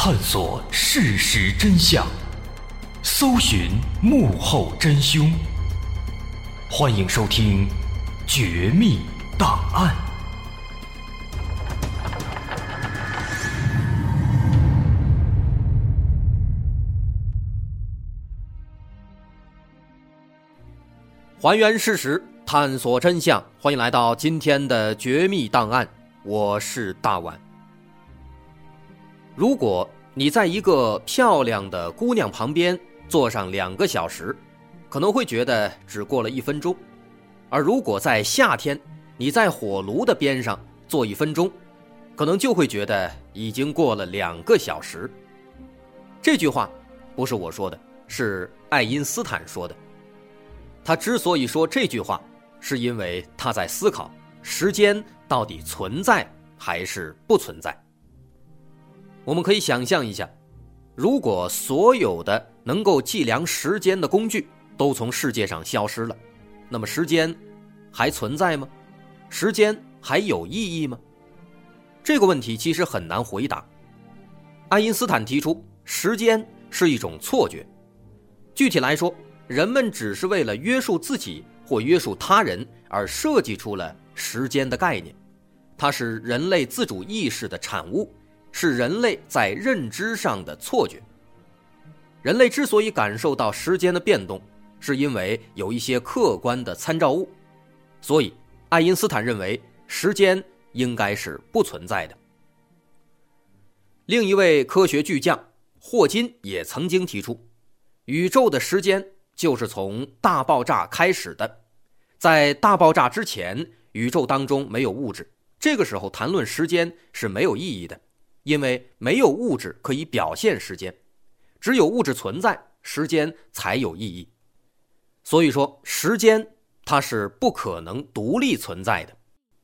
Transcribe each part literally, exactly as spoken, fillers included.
探索事实真相，搜寻幕后真凶。欢迎收听《绝密档案》。 还原事实，探索真相，欢迎来到今天的绝密档案，我是大碗。如果你在一个漂亮的姑娘旁边坐上两个小时，可能会觉得只过了一分钟，而如果在夏天你在火炉的边上坐一分钟，可能就会觉得已经过了两个小时。这句话不是我说的，是爱因斯坦说的。他之所以说这句话，是因为他在思考时间到底存在还是不存在。我们可以想象一下，如果所有的能够计量时间的工具都从世界上消失了，那么时间还存在吗？时间还有意义吗？这个问题其实很难回答。爱因斯坦提出，时间是一种错觉。具体来说，人们只是为了约束自己或约束他人而设计出了时间的概念，它是人类自主意识的产物，是人类在认知上的错觉。人类之所以感受到时间的变动，是因为有一些客观的参照物，所以爱因斯坦认为时间应该是不存在的。另一位科学巨匠霍金也曾经提出，宇宙的时间就是从大爆炸开始的，在大爆炸之前，宇宙当中没有物质，这个时候谈论时间是没有意义的，因为没有物质可以表现时间，只有物质存在，时间才有意义。所以说，时间它是不可能独立存在的。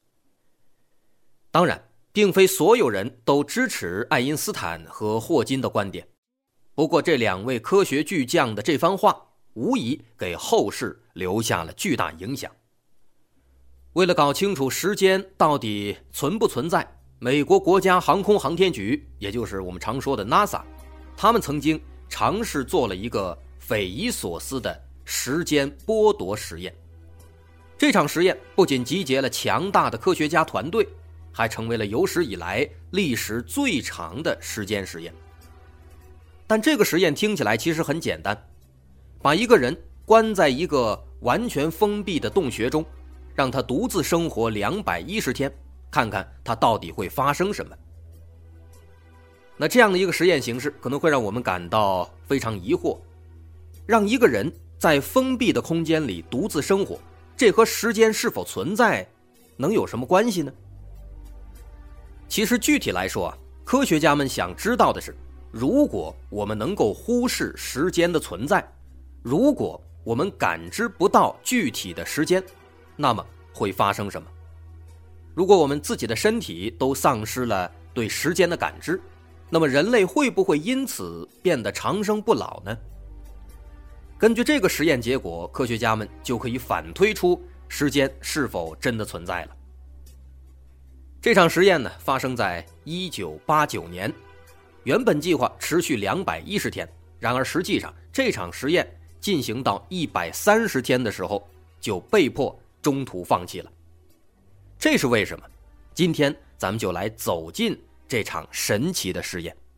当然，并非所有人都支持爱因斯坦和霍金的观点，不过这两位科学巨匠的这番话无疑给后世留下了巨大影响。为了搞清楚时间到底存不存在，美国国家航空航天局，也就是我们常说的 NASA， 他们曾经尝试做了一个匪夷所思的时间剥夺实验。这场实验不仅集结了强大的科学家团队，还成为了有史以来历时最长的时间实验。但这个实验听起来其实很简单，把一个人关在一个完全封闭的洞穴中，让他独自生活两百一十天，看看他到底会发生什么。那这样的一个实验形式可能会让我们感到非常疑惑，让一个人在封闭的空间里独自生活，这和时间是否存在能有什么关系呢？其实具体来说啊，科学家们想知道的是，如果我们能够忽视时间的存在，如果我们感知不到具体的时间，那么会发生什么？如果我们自己的身体都丧失了对时间的感知，那么人类会不会因此变得长生不老呢？根据这个实验结果，科学家们就可以反推出时间是否真的存在了。这场实验呢，发生在一九八九年，原本计划持续两百一十天，然而实际上这场实验进行到一百三十天的时候，就被迫中途放弃了。这是为什么？今天咱们就来走进这场神奇的实验。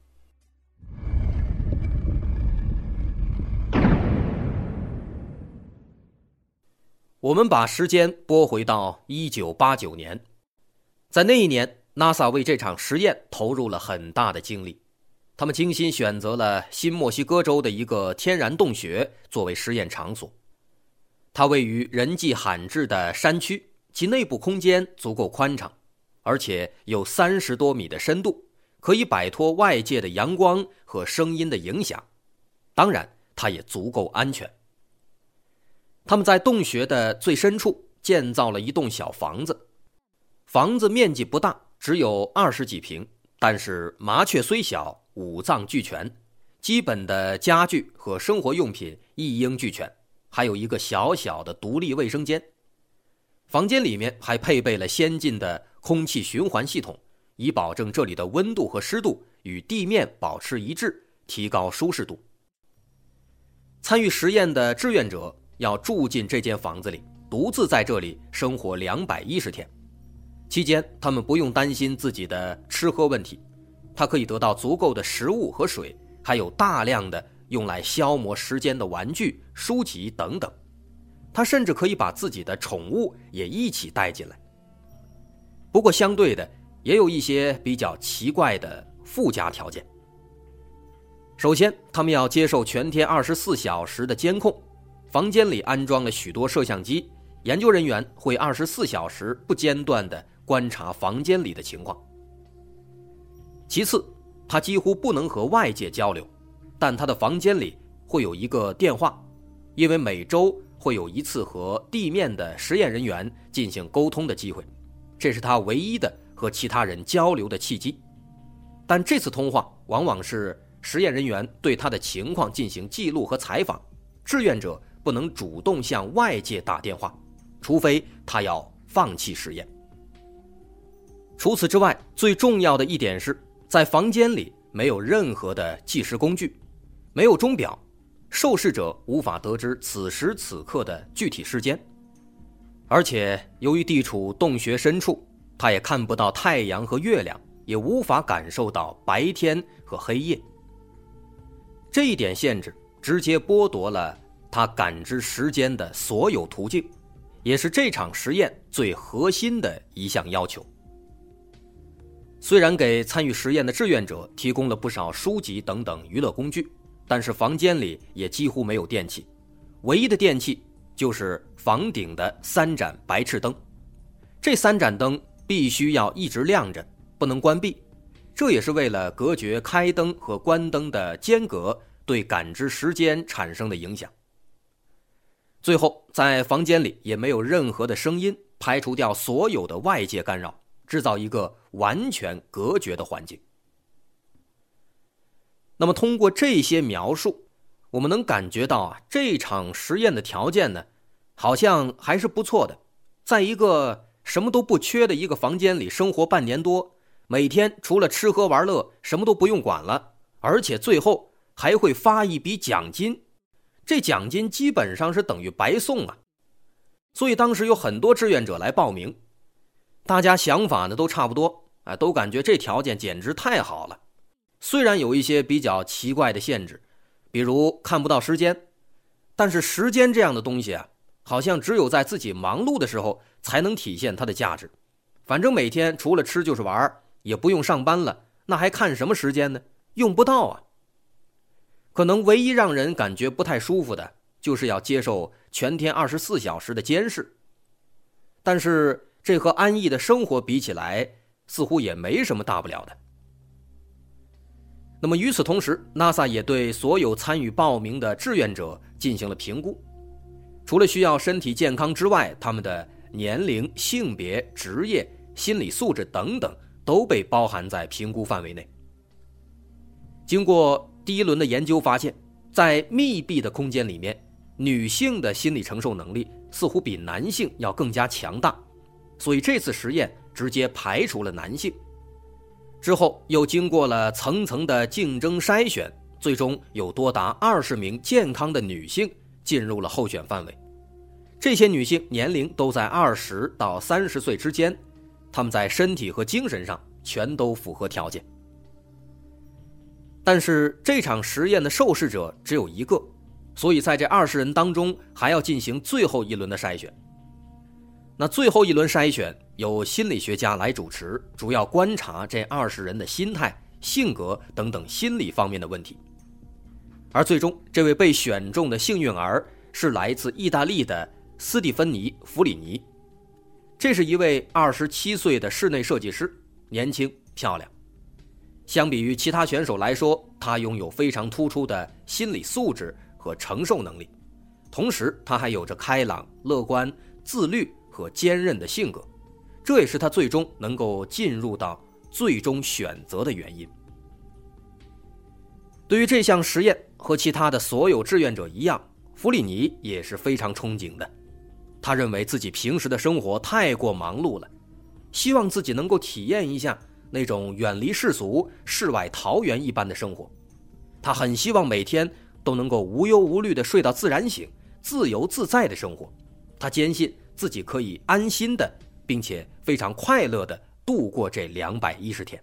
我们把时间拨回到一九八九年，在那一年 NASA 为这场实验投入了很大的精力，他们精心选择了新墨西哥州的一个天然洞穴作为实验场所。它位于人迹罕至的山区，其内部空间足够宽敞，而且有三十多米的深度，可以摆脱外界的阳光和声音的影响。当然，它也足够安全。他们在洞穴的最深处建造了一栋小房子，房子面积不大，只有二十几平，但是麻雀虽小，五脏俱全，基本的家具和生活用品一应俱全，还有一个小小的独立卫生间。房间里面还配备了先进的空气循环系统，以保证这里的温度和湿度与地面保持一致，提高舒适度。参与实验的志愿者要住进这间房子里，独自在这里生活两百一十天。期间他们不用担心自己的吃喝问题，他可以得到足够的食物和水，还有大量的用来消磨时间的玩具、书籍等等。他甚至可以把自己的宠物也一起带进来。不过相对的，也有一些比较奇怪的附加条件。首先，他们要接受全天二十四小时的监控，房间里安装了许多摄像机，研究人员会二十四小时不间断地观察房间里的情况。其次，他几乎不能和外界交流，但他的房间里会有一个电话，因为每周会有一次和地面的实验人员进行沟通的机会，这是他唯一的和其他人交流的契机。但这次通话往往是实验人员对他的情况进行记录和采访，志愿者不能主动向外界打电话，除非他要放弃实验。除此之外，最重要的一点是，在房间里没有任何的计时工具，没有钟表，受试者无法得知此时此刻的具体时间。而且由于地处洞穴深处，他也看不到太阳和月亮，也无法感受到白天和黑夜。这一点限制直接剥夺了他感知时间的所有途径，也是这场实验最核心的一项要求。虽然给参与实验的志愿者提供了不少书籍等等娱乐工具，但是房间里也几乎没有电器，唯一的电器就是房顶的三盏白炽灯。这三盏灯必须要一直亮着，不能关闭，这也是为了隔绝开灯和关灯的间隔对感知时间产生的影响。最后，在房间里也没有任何的声音，排除掉所有的外界干扰，制造一个完全隔绝的环境。那么通过这些描述，我们能感觉到啊，这场实验的条件呢，好像还是不错的。在一个什么都不缺的一个房间里生活半年多，每天除了吃喝玩乐什么都不用管了，而且最后还会发一笔奖金，这奖金基本上是等于白送啊。所以当时有很多志愿者来报名，大家想法呢都差不多，啊，都感觉这条件简直太好了。虽然有一些比较奇怪的限制，比如看不到时间，但是时间这样的东西啊，好像只有在自己忙碌的时候才能体现它的价值。反正每天除了吃就是玩，也不用上班了，那还看什么时间呢？用不到啊。可能唯一让人感觉不太舒服的，就是要接受全天二十四小时的监视。但是这和安逸的生活比起来，似乎也没什么大不了的。那么与此同时， NASA 也对所有参与报名的志愿者进行了评估，除了需要身体健康之外，他们的年龄、性别、职业、心理素质等等都被包含在评估范围内。经过第一轮的研究发现，在密闭的空间里面，女性的心理承受能力似乎比男性要更加强大，所以这次实验直接排除了男性。之后又经过了层层的竞争筛选，最终有多达二十名健康的女性进入了候选范围。这些女性年龄都在二十到三十岁之间，她们在身体和精神上全都符合条件。但是这场实验的受试者只有一个，所以在这二十人当中还要进行最后一轮的筛选。那最后一轮筛选由心理学家来主持，主要观察这二十人的心态、性格等等心理方面的问题。而最终这位被选中的幸运儿是来自意大利的斯蒂芬妮·弗里尼，这是一位二十七岁的室内设计师，年轻漂亮。相比于其他选手来说，他拥有非常突出的心理素质和承受能力，同时他还有着开朗、乐观、自律和坚韧的性格，这也是他最终能够进入到最终选择的原因。对于这项实验，和其他的所有志愿者一样，弗里尼也是非常憧憬的。他认为自己平时的生活太过忙碌了，希望自己能够体验一下那种远离世俗、世外桃源一般的生活。他很希望每天都能够无忧无虑地睡到自然醒，自由自在的生活。他坚信自己可以安心的，并且非常快乐地度过这两百一十天。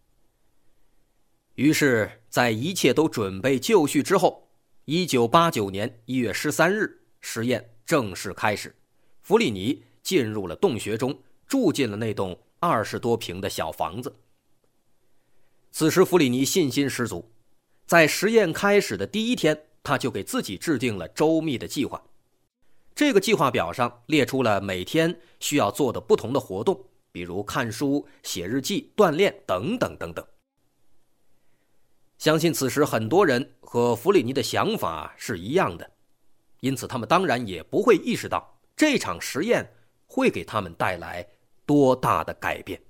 于是在一切都准备就绪之后，一九八九年一月十三日，实验正式开始。弗里尼进入了洞穴中，住进了那栋二十多平的小房子。此时弗里尼信心十足，在实验开始的第一天，他就给自己制定了周密的计划。这个计划表上列出了每天需要做的不同的活动，比如看书、写日记、锻炼等等等等。相信此时很多人和弗里尼的想法是一样的，因此他们当然也不会意识到这场实验会给他们带来多大的改变。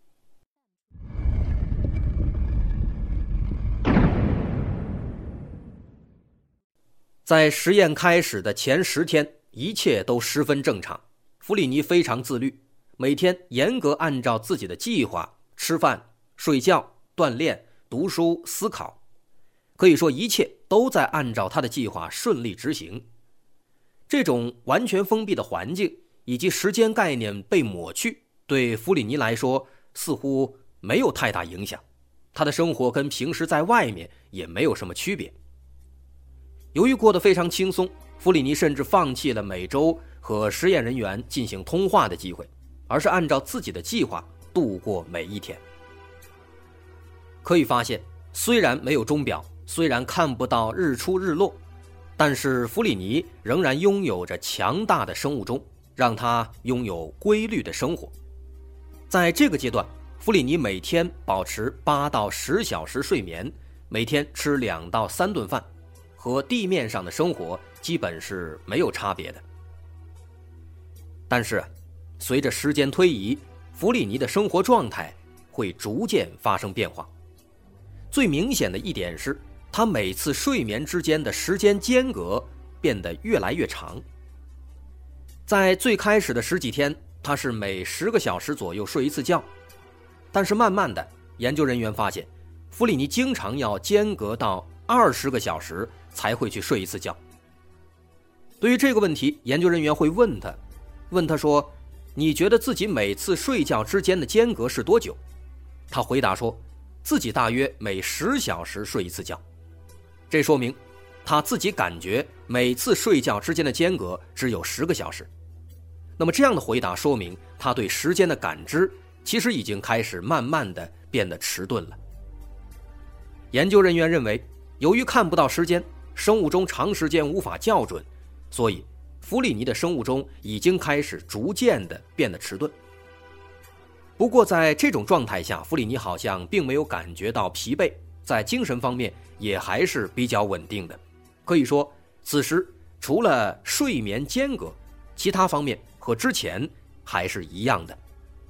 在实验开始的前十天，一切都十分正常。弗里尼非常自律，每天严格按照自己的计划吃饭、睡觉、锻炼、读书、思考，可以说一切都在按照他的计划顺利执行。这种完全封闭的环境以及时间概念被抹去，对弗里尼来说似乎没有太大影响，他的生活跟平时在外面也没有什么区别。由于过得非常轻松，弗里尼甚至放弃了每周和实验人员进行通话的机会，而是按照自己的计划度过每一天。可以发现，虽然没有钟表，虽然看不到日出日落，但是弗里尼仍然拥有着强大的生物钟，让他拥有规律的生活。在这个阶段，弗里尼每天保持八到十小时睡眠，每天吃两到三顿饭，和地面上的生活基本是没有差别的。但是随着时间推移，弗里尼的生活状态会逐渐发生变化。最明显的一点是，他每次睡眠之间的时间间隔变得越来越长。在最开始的十几天，他是每十个小时左右睡一次觉，但是慢慢的，研究人员发现，弗里尼经常要间隔到二十个小时才会去睡一次觉。对于这个问题，研究人员会问他，问他说：“你觉得自己每次睡觉之间的间隔是多久？”他回答说，自己大约每十小时睡一次觉。这说明他自己感觉每次睡觉之间的间隔只有十个小时。那么这样的回答说明他对时间的感知其实已经开始慢慢的变得迟钝了。研究人员认为，由于看不到时间，生物钟长时间无法校准，所以弗里尼的生物钟已经开始逐渐的变得迟钝。不过在这种状态下，弗里尼好像并没有感觉到疲惫，在精神方面也还是比较稳定的。可以说，此时除了睡眠间隔，其他方面和之前还是一样的。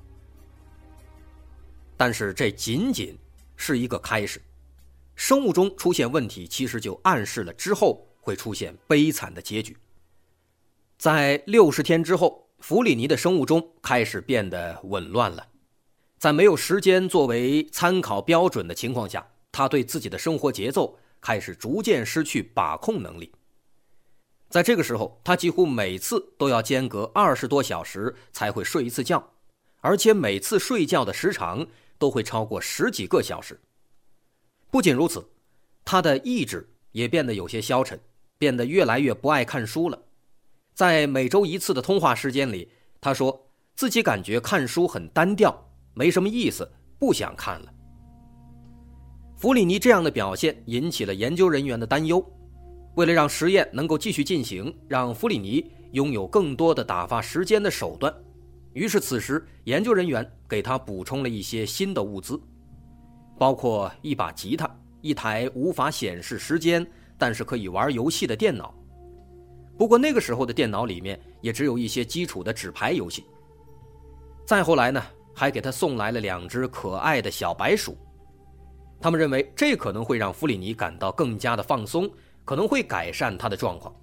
但是这仅仅是一个开始，生物钟出现问题，其实就暗示了之后会出现悲惨的结局。在六十天之后，弗里尼的生物钟开始变得紊乱了。在没有时间作为参考标准的情况下，他对自己的生活节奏开始逐渐失去把控能力。在这个时候，他几乎每次都要间隔二十多小时才会睡一次觉，而且每次睡觉的时长都会超过十几个小时。不仅如此，他的意志也变得有些消沉，变得越来越不爱看书了。在每周一次的通话时间里，他说自己感觉看书很单调，没什么意思，不想看了。弗里尼这样的表现引起了研究人员的担忧。为了让实验能够继续进行，让弗里尼拥有更多的打发时间的手段，于是此时研究人员给他补充了一些新的物资，包括一把吉他，一台无法显示时间但是可以玩游戏的电脑。不过那个时候的电脑里面也只有一些基础的纸牌游戏。再后来呢，还给他送来了两只可爱的小白鼠。他们认为这可能会让弗里尼感到更加的放松，可能会改善他的状况。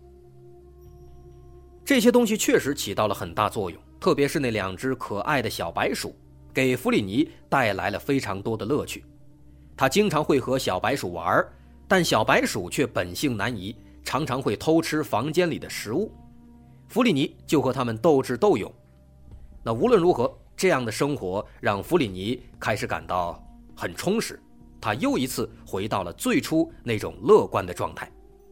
这些东西确实起到了很大作用，特别是那两只可爱的小白鼠， 给弗里尼带来了非常多的乐趣。他经常会和小白鼠玩，但小白鼠却本性难移，常常会偷吃房间里的食物。弗里尼就和他们斗智斗勇。那无论如何，这样的生活让弗里尼开始感到很充实，他又一次回到了最初那种乐观的状态。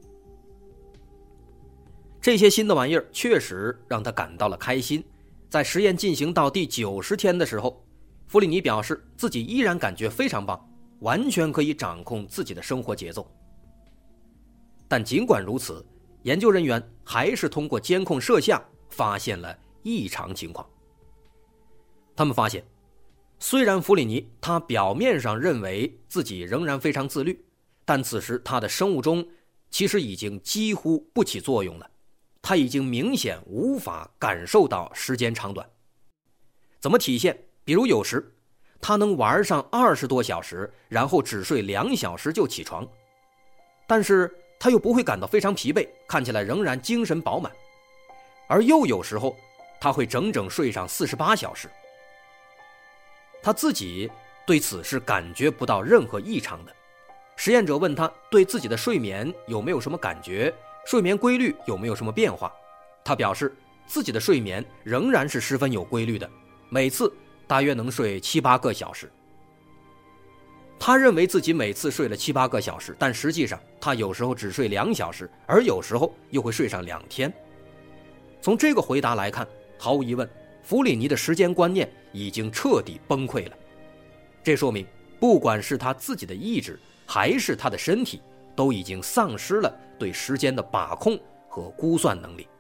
这些新的玩意儿确实让他感到了开心。在实验进行到第九十天的时候，弗里尼表示自己依然感觉非常棒，完全可以掌控自己的生活节奏。但尽管如此，研究人员还是通过监控摄像发现了异常情况。他们发现，虽然弗里尼他表面上认为自己仍然非常自律，但此时他的生物钟其实已经几乎不起作用了，他已经明显无法感受到时间长短。怎么体现？比如有时他能玩上二十多小时，然后只睡两小时就起床，但是他又不会感到非常疲惫，看起来仍然精神饱满。而又有时候他会整整睡上四十八小时。他自己对此是感觉不到任何异常的。实验者问他对自己的睡眠有没有什么感觉，睡眠规律有没有什么变化，他表示自己的睡眠仍然是十分有规律的，每次大约能睡七八个小时。他认为自己每次睡了七八个小时，但实际上他有时候只睡两小时，而有时候又会睡上两天。从这个回答来看，毫无疑问，弗里尼的时间观念已经彻底崩溃了。这说明不管是他自己的意志还是他的身体，都已经丧失了对时间的把控和估算能力。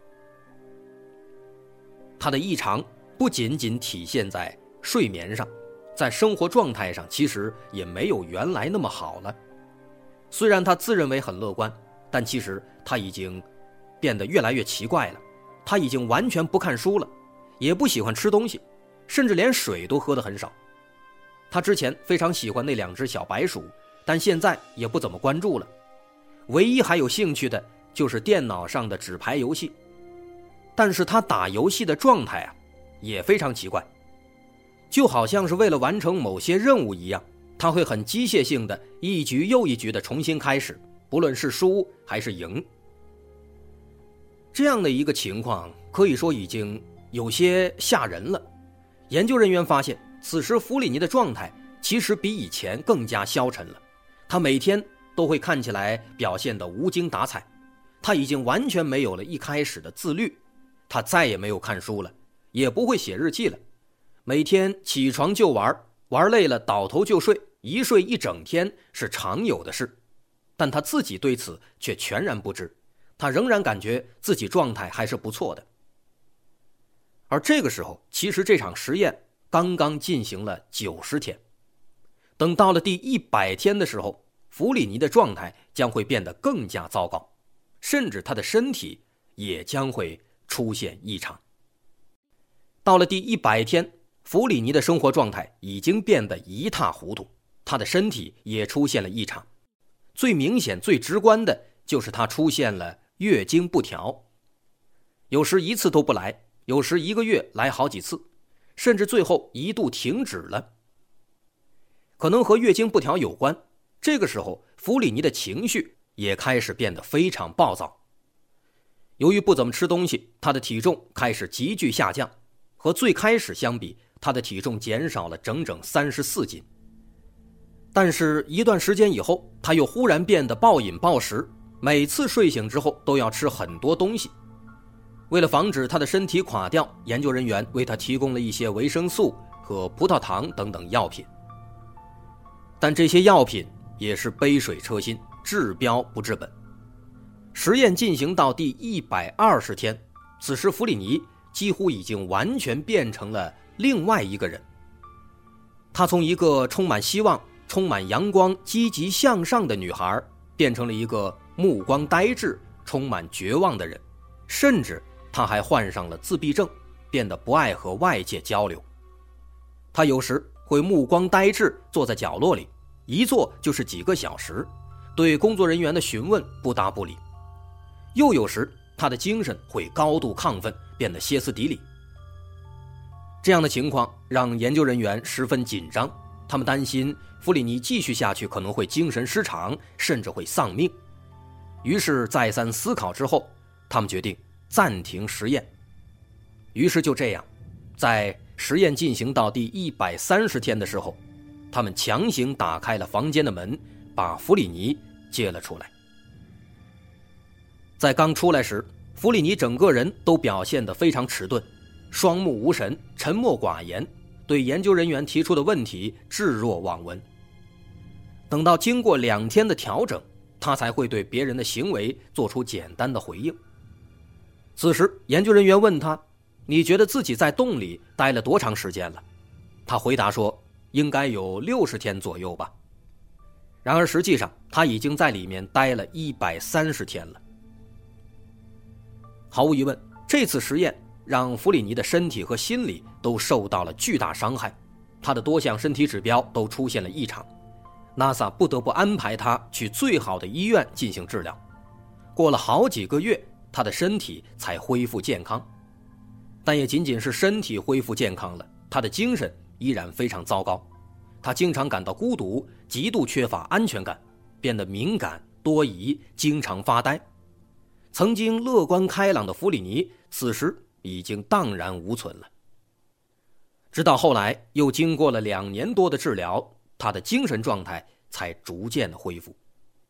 他的异常不仅仅体现在睡眠上，在生活状态上其实也没有原来那么好了。虽然他自认为很乐观，但其实他已经变得越来越奇怪了。他已经完全不看书了，也不喜欢吃东西，甚至连水都喝得很少。他之前非常喜欢那两只小白鼠，但现在也不怎么关注了。唯一还有兴趣的就是电脑上的纸牌游戏。但是他打游戏的状态啊，也非常奇怪，就好像是为了完成某些任务一样，他会很机械性的一局又一局的重新开始，不论是输还是赢。这样的一个情况可以说已经有些吓人了。研究人员发现，此时弗里尼的状态其实比以前更加消沉了，他每天都会看起来表现得无精打采，他已经完全没有了一开始的自律，他再也没有看书了，也不会写日记了，每天起床就玩，玩累了倒头就睡，一睡一整天是常有的事。但他自己对此却全然不知，他仍然感觉自己状态还是不错的。而这个时候，其实这场实验刚刚进行了九十天，等到了第一百天的时候，弗里尼的状态将会变得更加糟糕，甚至他的身体也将会出现异常。到了第一百天，弗里尼的生活状态已经变得一塌糊涂，他的身体也出现了异常。最明显最直观的就是他出现了月经不调，有时一次都不来，有时一个月来好几次，甚至最后一度停止了。可能和月经不调有关，这个时候弗里尼的情绪也开始变得非常暴躁。由于不怎么吃东西，他的体重开始急剧下降，和最开始相比，他的体重减少了整整三十四斤。但是一段时间以后，他又忽然变得暴饮暴食，每次睡醒之后都要吃很多东西。为了防止他的身体垮掉，研究人员为他提供了一些维生素和葡萄糖等等药品。但这些药品也是杯水车薪，治标不治本。实验进行到第一百二十天，此时弗里尼几乎已经完全变成了另外一个人。他从一个充满希望、充满阳光、积极向上的女孩，变成了一个目光呆滞、充满绝望的人，甚至他还患上了自闭症，变得不爱和外界交流。他有时会目光呆滞，坐在角落里，一坐就是几个小时，对工作人员的询问不答不理。又有时他的精神会高度亢奋，变得歇斯底里。 这样的情况让研究人员十分紧张，他们担心弗里尼继续下去可能会精神失常，甚至会丧命。于是再三思考之后，他们决定暂停实验。于是就这样，在实验进行到第一百三十天的时候，他们强行打开了房间的门，把弗里尼接了出来。在刚出来时，弗里尼整个人都表现得非常迟钝，双目无神，沉默寡言，对研究人员提出的问题置若罔闻。等到经过两天的调整，他才会对别人的行为做出简单的回应。此时研究人员问他，你觉得自己在洞里待了多长时间了？他回答说，应该有六十天左右吧。然而实际上他已经在里面待了一百三十天了。毫无疑问，这次实验让弗里尼的身体和心理都受到了巨大伤害，他的多项身体指标都出现了异常。NASA 不得不安排他去最好的医院进行治疗。过了好几个月，他的身体才恢复健康。但也仅仅是身体恢复健康了，他的精神依然非常糟糕。他经常感到孤独，极度缺乏安全感，变得敏感、多疑，经常发呆。曾经乐观开朗的弗里尼，此时已经荡然无存了。直到后来，又经过了两年多的治疗，他的精神状态才逐渐的恢复。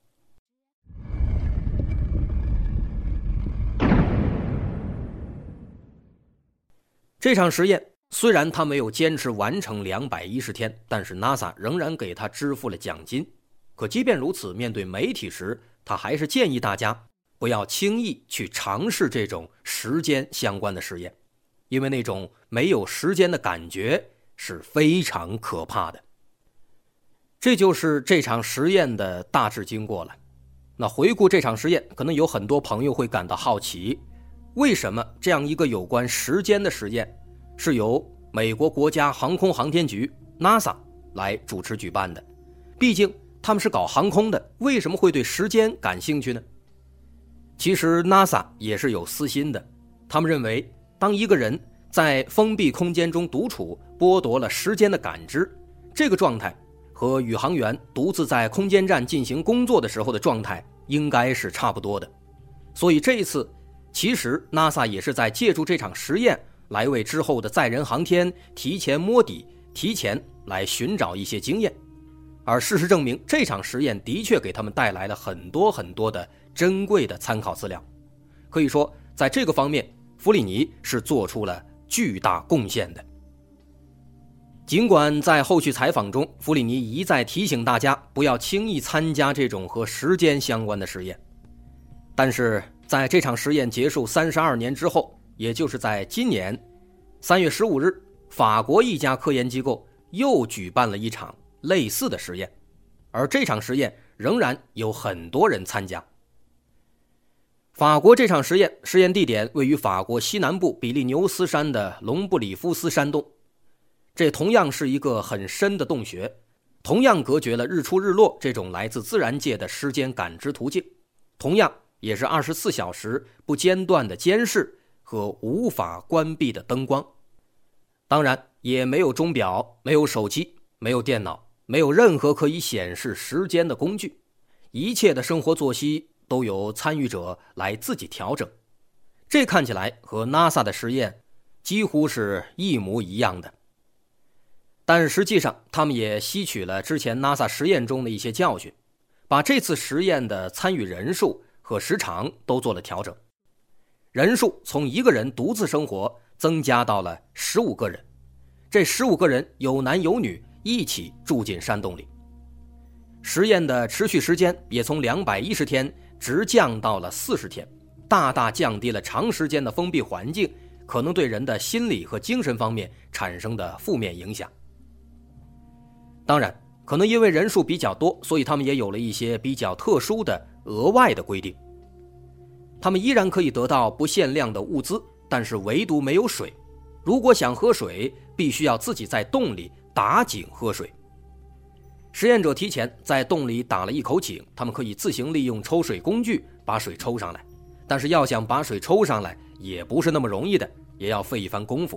这场实验虽然他没有坚持完成两百一十天，但是 NASA 仍然给他支付了奖金。可即便如此，面对媒体时，他还是建议大家不要轻易去尝试这种时间相关的实验，因为那种没有时间的感觉是非常可怕的。这就是这场实验的大致经过了。那回顾这场实验，可能有很多朋友会感到好奇，为什么这样一个有关时间的实验是由美国国家航空航天局 NASA 来主持举办的？毕竟他们是搞航空的，为什么会对时间感兴趣呢？其实 NASA 也是有私心的，他们认为当一个人在封闭空间中独处，剥夺了时间的感知，这个状态和宇航员独自在空间站进行工作的时候的状态应该是差不多的。所以这一次其实 NASA 也是在借助这场实验来为之后的载人航天提前摸底，提前来寻找一些经验。而事实证明，这场实验的确给他们带来了很多很多的珍贵的参考资料。可以说在这个方面，弗里尼是做出了巨大贡献的。尽管在后续采访中，弗里尼一再提醒大家不要轻易参加这种和时间相关的实验，但是在这场实验结束三十二年之后，也就是在今年三月十五日，法国一家科研机构又举办了一场类似的实验，而这场实验仍然有很多人参加。法国这场实验实验地点位于法国西南部比利牛斯山的隆布里夫斯山洞，这同样是一个很深的洞穴，同样隔绝了日出日落这种来自自然界的时间感知途径，同样也是二十四小时不间断的监视和无法关闭的灯光。当然也没有钟表，没有手机，没有电脑，没有任何可以显示时间的工具，一切的生活作息都由参与者来自己调整。这看起来和 NASA 的实验几乎是一模一样的。但实际上他们也吸取了之前 NASA 实验中的一些教训，把这次实验的参与人数和时长都做了调整。人数从一个人独自生活增加到了十五个人，这十五个人有男有女一起住进山洞里。实验的持续时间也从两百一十天直降到了四十天，大大降低了长时间的封闭环境可能对人的心理和精神方面产生的负面影响。当然可能因为人数比较多，所以他们也有了一些比较特殊的额外的规定。他们依然可以得到不限量的物资，但是唯独没有水。如果想喝水，必须要自己在洞里打井喝水。实验者提前在洞里打了一口井，他们可以自行利用抽水工具把水抽上来，但是要想把水抽上来也不是那么容易的，也要费一番功夫。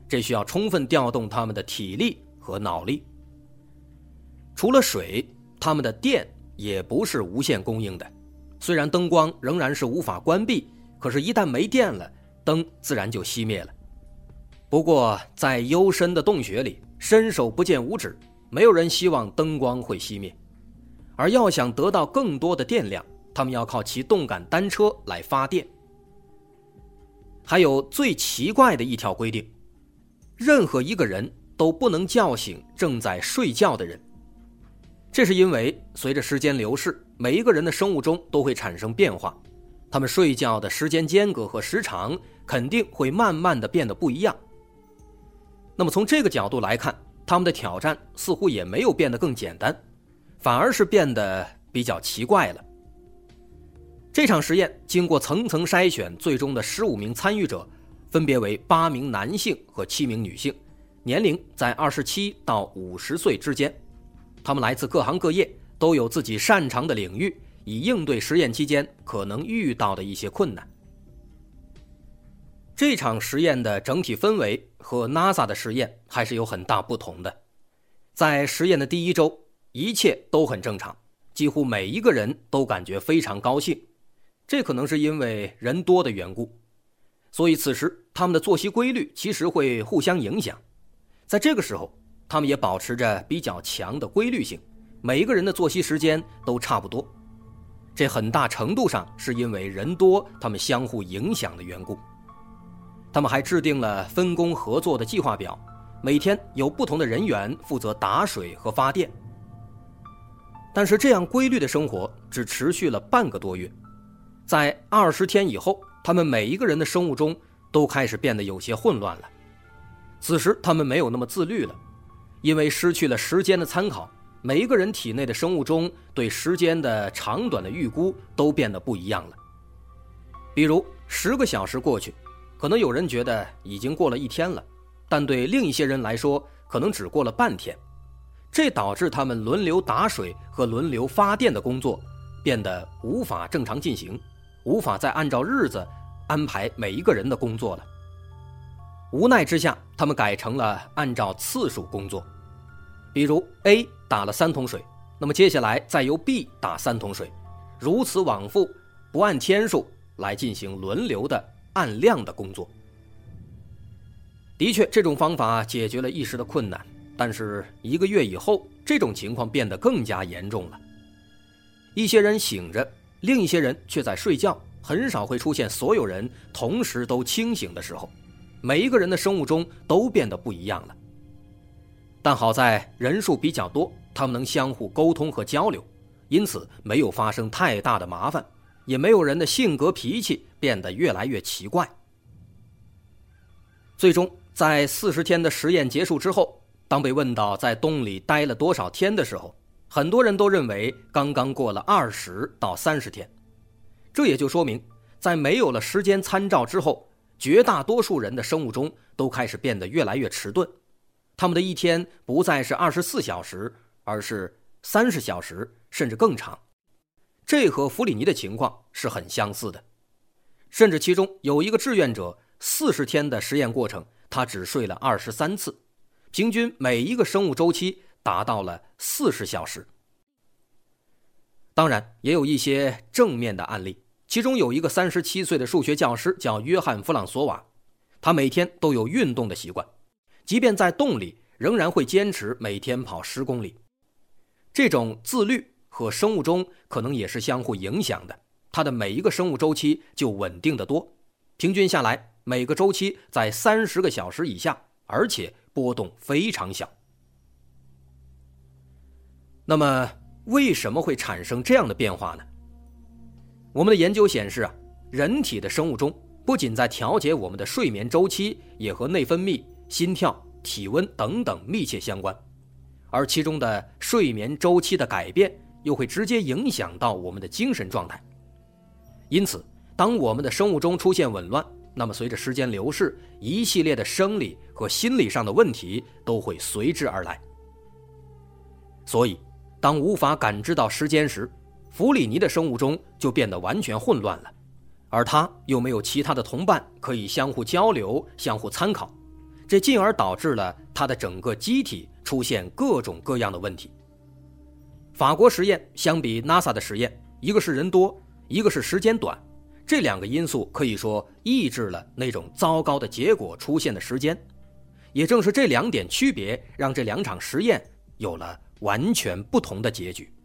这需要充分调动他们的体力和脑力。除了水，他们的电也不是无限供应的，虽然灯光仍然是无法关闭，可是一旦没电了，灯自然就熄灭了。不过在幽深的洞穴里，伸手不见五指，没有人希望灯光会熄灭。而要想得到更多的电量，他们要靠骑动感单车来发电。还有最奇怪的一条规定，任何一个人都不能叫醒正在睡觉的人。这是因为随着时间流逝，每一个人的生物钟都会产生变化，他们睡觉的时间间隔和时长肯定会慢慢的变得不一样。那么从这个角度来看，他们的挑战似乎也没有变得更简单，反而是变得比较奇怪了。这场实验经过层层筛选，最终的十五名参与者分别为八名男性和七名女性，年龄在二十七到五十岁之间。他们来自各行各业，都有自己擅长的领域，以应对实验期间可能遇到的一些困难。这场实验的整体氛围和 NASA 的实验还是有很大不同的。在实验的第一周，一切都很正常，几乎每一个人都感觉非常高兴，这可能是因为人多的缘故。所以此时他们的作息规律其实会互相影响。在这个时候，他们也保持着比较强的规律性，每一个人的作息时间都差不多。这很大程度上是因为人多，他们相互影响的缘故。他们还制定了分工合作的计划表，每天有不同的人员负责打水和发电。但是这样规律的生活只持续了半个多月，在二十天以后，他们每一个人的生物钟都开始变得有些混乱了。此时他们没有那么自律了，因为失去了时间的参考，每一个人体内的生物钟对时间的长短的预估都变得不一样了。比如十个小时过去，可能有人觉得已经过了一天了，但对另一些人来说可能只过了半天。这导致他们轮流打水和轮流发电的工作变得无法正常进行，无法再按照日子安排每一个人的工作了。无奈之下，他们改成了按照次数工作。比如 A 打了三桶水，那么接下来再由 B 打三桶水，如此往复，不按天数来进行轮流的按量的工作。的确，这种方法解决了一时的困难，但是一个月以后，这种情况变得更加严重了。一些人醒着，另一些人却在睡觉，很少会出现所有人同时都清醒的时候，每一个人的生物钟都变得不一样了。但好在人数比较多，他们能相互沟通和交流，因此没有发生太大的麻烦，也没有人的性格脾气变得越来越奇怪。最终在四十天的实验结束之后，当被问到在洞里待了多少天的时候，很多人都认为刚刚过了二十到三十天。这也就说明，在没有了时间参照之后，绝大多数人的生物钟都开始变得越来越迟钝，他们的一天不再是二十四小时，而是三十小时，甚至更长。这和弗里尼的情况是很相似的，甚至其中有一个志愿者四十天的实验过程，他只睡了二十三次，平均每一个生物周期达到了四十小时。当然也有一些正面的案例，其中有一个三十七岁的数学教师叫约翰·弗朗索瓦，他每天都有运动的习惯，即便在洞里仍然会坚持每天跑十公里。这种自律和生物钟可能也是相互影响的，他的每一个生物周期就稳定得多，平均下来每个周期在三十个小时以下，而且波动非常小。那么为什么会产生这样的变化呢？我们的研究显示啊，人体的生物钟不仅在调节我们的睡眠周期，也和内分泌、心跳、体温等等密切相关，而其中的睡眠周期的改变又会直接影响到我们的精神状态。因此当我们的生物钟出现紊乱，那么随着时间流逝，一系列的生理和心理上的问题都会随之而来。所以当无法感知到时间时，弗里尼的生物钟就变得完全混乱了，而他又没有其他的同伴可以相互交流、相互参考， 这进而导致了它的整个机体出现各种各样的问题。法国实验相比 NASA 的实验，一个是人多，一个是时间短，这两个因素可以说抑制了那种糟糕的结果出现的时间。也正是这两点区别，让这两场实验有了完全不同的结局。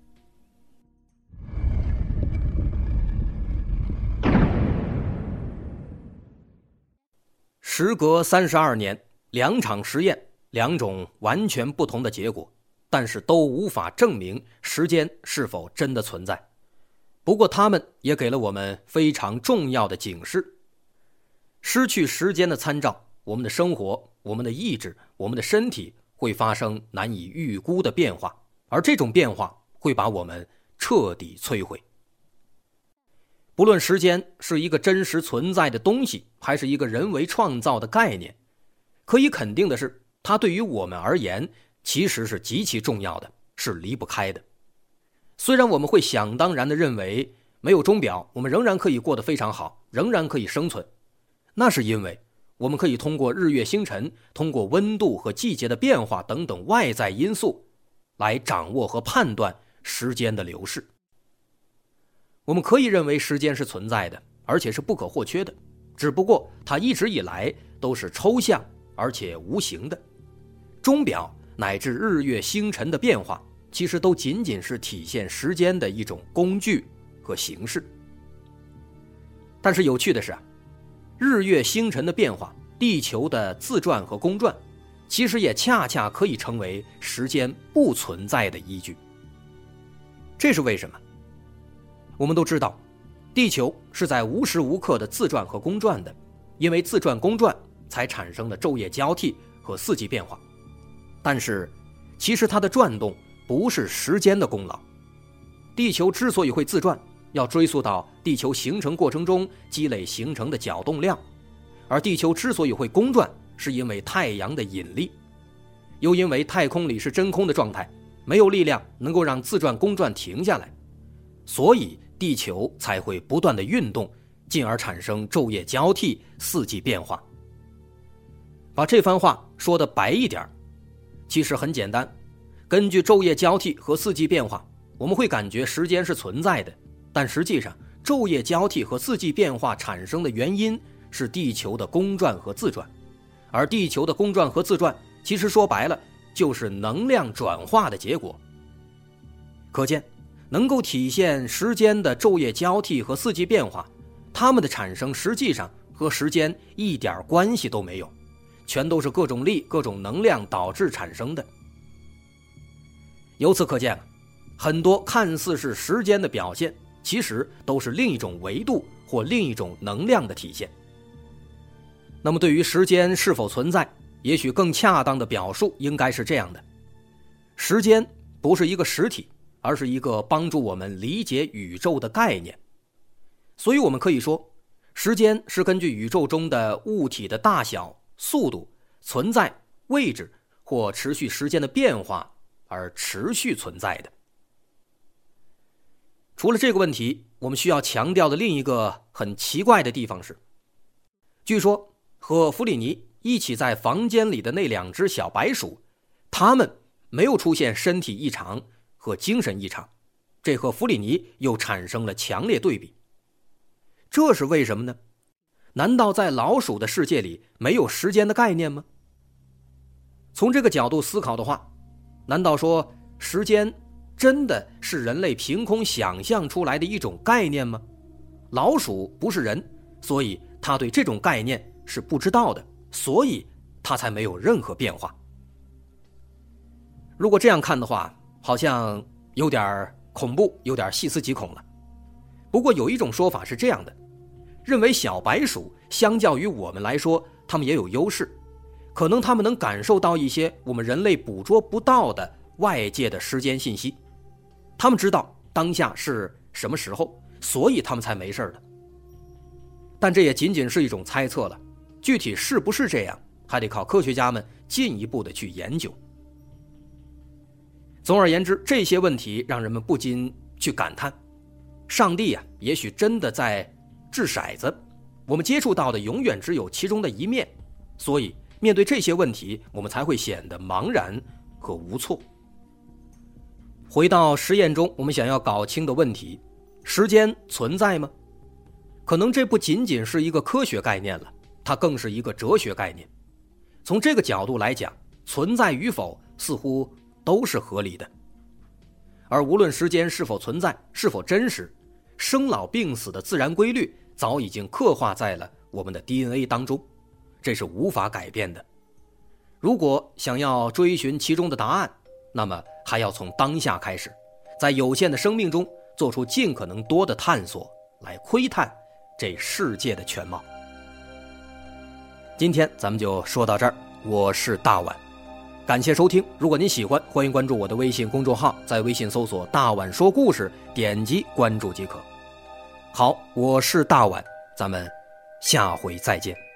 时隔三十二年，两场实验，两种完全不同的结果，但是都无法证明时间是否真的存在。不过他们也给了我们非常重要的警示。失去时间的参照，我们的生活、我们的意志、我们的身体会发生难以预估的变化，而这种变化会把我们彻底摧毁。不论时间是一个真实存在的东西，还是一个人为创造的概念，可以肯定的是，它对于我们而言其实是极其重要的，是离不开的。虽然我们会想当然地认为没有钟表我们仍然可以过得非常好，仍然可以生存，那是因为我们可以通过日月星辰，通过温度和季节的变化等等外在因素来掌握和判断时间的流逝。我们可以认为时间是存在的，而且是不可或缺的，只不过它一直以来都是抽象而且无形的。钟表乃至日月星辰的变化，其实都仅仅是体现时间的一种工具和形式。但是有趣的是啊，日月星辰的变化，地球的自转和公转，其实也恰恰可以成为时间不存在的依据。这是为什么？我们都知道，地球是在无时无刻的自转和公转的，因为自转公转才产生了昼夜交替和四季变化。但是其实它的转动不是时间的功劳。地球之所以会自转，要追溯到地球形成过程中积累形成的角动量，而地球之所以会公转，是因为太阳的引力，又因为太空里是真空的状态，没有力量能够让自转公转停下来，所以地球才会不断的运动，进而产生昼夜交替、四季变化。把这番话说得白一点，其实很简单，根据昼夜交替和四季变化，我们会感觉时间是存在的，但实际上昼夜交替和四季变化产生的原因是地球的公转和自转，而地球的公转和自转其实说白了就是能量转化的结果。可见能够体现时间的昼夜交替和四季变化，它们的产生实际上和时间一点关系都没有，全都是各种力、各种能量导致产生的。由此可见，很多看似是时间的表现，其实都是另一种维度或另一种能量的体现。那么对于时间是否存在，也许更恰当的表述应该是这样的：时间不是一个实体，而是一个帮助我们理解宇宙的概念。所以我们可以说，时间是根据宇宙中的物体的大小、速度、存在、位置或持续时间的变化而持续存在的。除了这个问题，我们需要强调的另一个很奇怪的地方是，据说和弗里尼一起在房间里的那两只小白鼠，它们没有出现身体异常和精神异常，这和弗里尼又产生了强烈对比。这是为什么呢？难道在老鼠的世界里没有时间的概念吗？从这个角度思考的话，难道说时间真的是人类凭空想象出来的一种概念吗？老鼠不是人，所以它对这种概念是不知道的，所以它才没有任何变化。如果这样看的话，好像有点恐怖，有点细思极恐了。不过有一种说法是这样的，认为小白鼠相较于我们来说，它们也有优势，可能它们能感受到一些我们人类捕捉不到的外界的时间信息，它们知道当下是什么时候，所以它们才没事的。但这也仅仅是一种猜测了，具体是不是这样，还得靠科学家们进一步的去研究。总而言之，这些问题让人们不禁去感叹，上帝啊，也许真的在掷骰子，我们接触到的永远只有其中的一面，所以面对这些问题，我们才会显得茫然和无措。回到实验中我们想要搞清的问题，时间存在吗？可能这不仅仅是一个科学概念了，它更是一个哲学概念。从这个角度来讲，存在与否似乎都是合理的。而无论时间是否存在，是否真实，生老病死的自然规律早已经刻画在了我们的 D N A 当中，这是无法改变的。如果想要追寻其中的答案，那么还要从当下开始，在有限的生命中做出尽可能多的探索，来窥探这世界的全貌。今天咱们就说到这儿，我是大碗，感谢收听。如果您喜欢，欢迎关注我的微信公众号，在微信搜索大碗说故事，点击关注即可。好，我是大碗，咱们下回再见。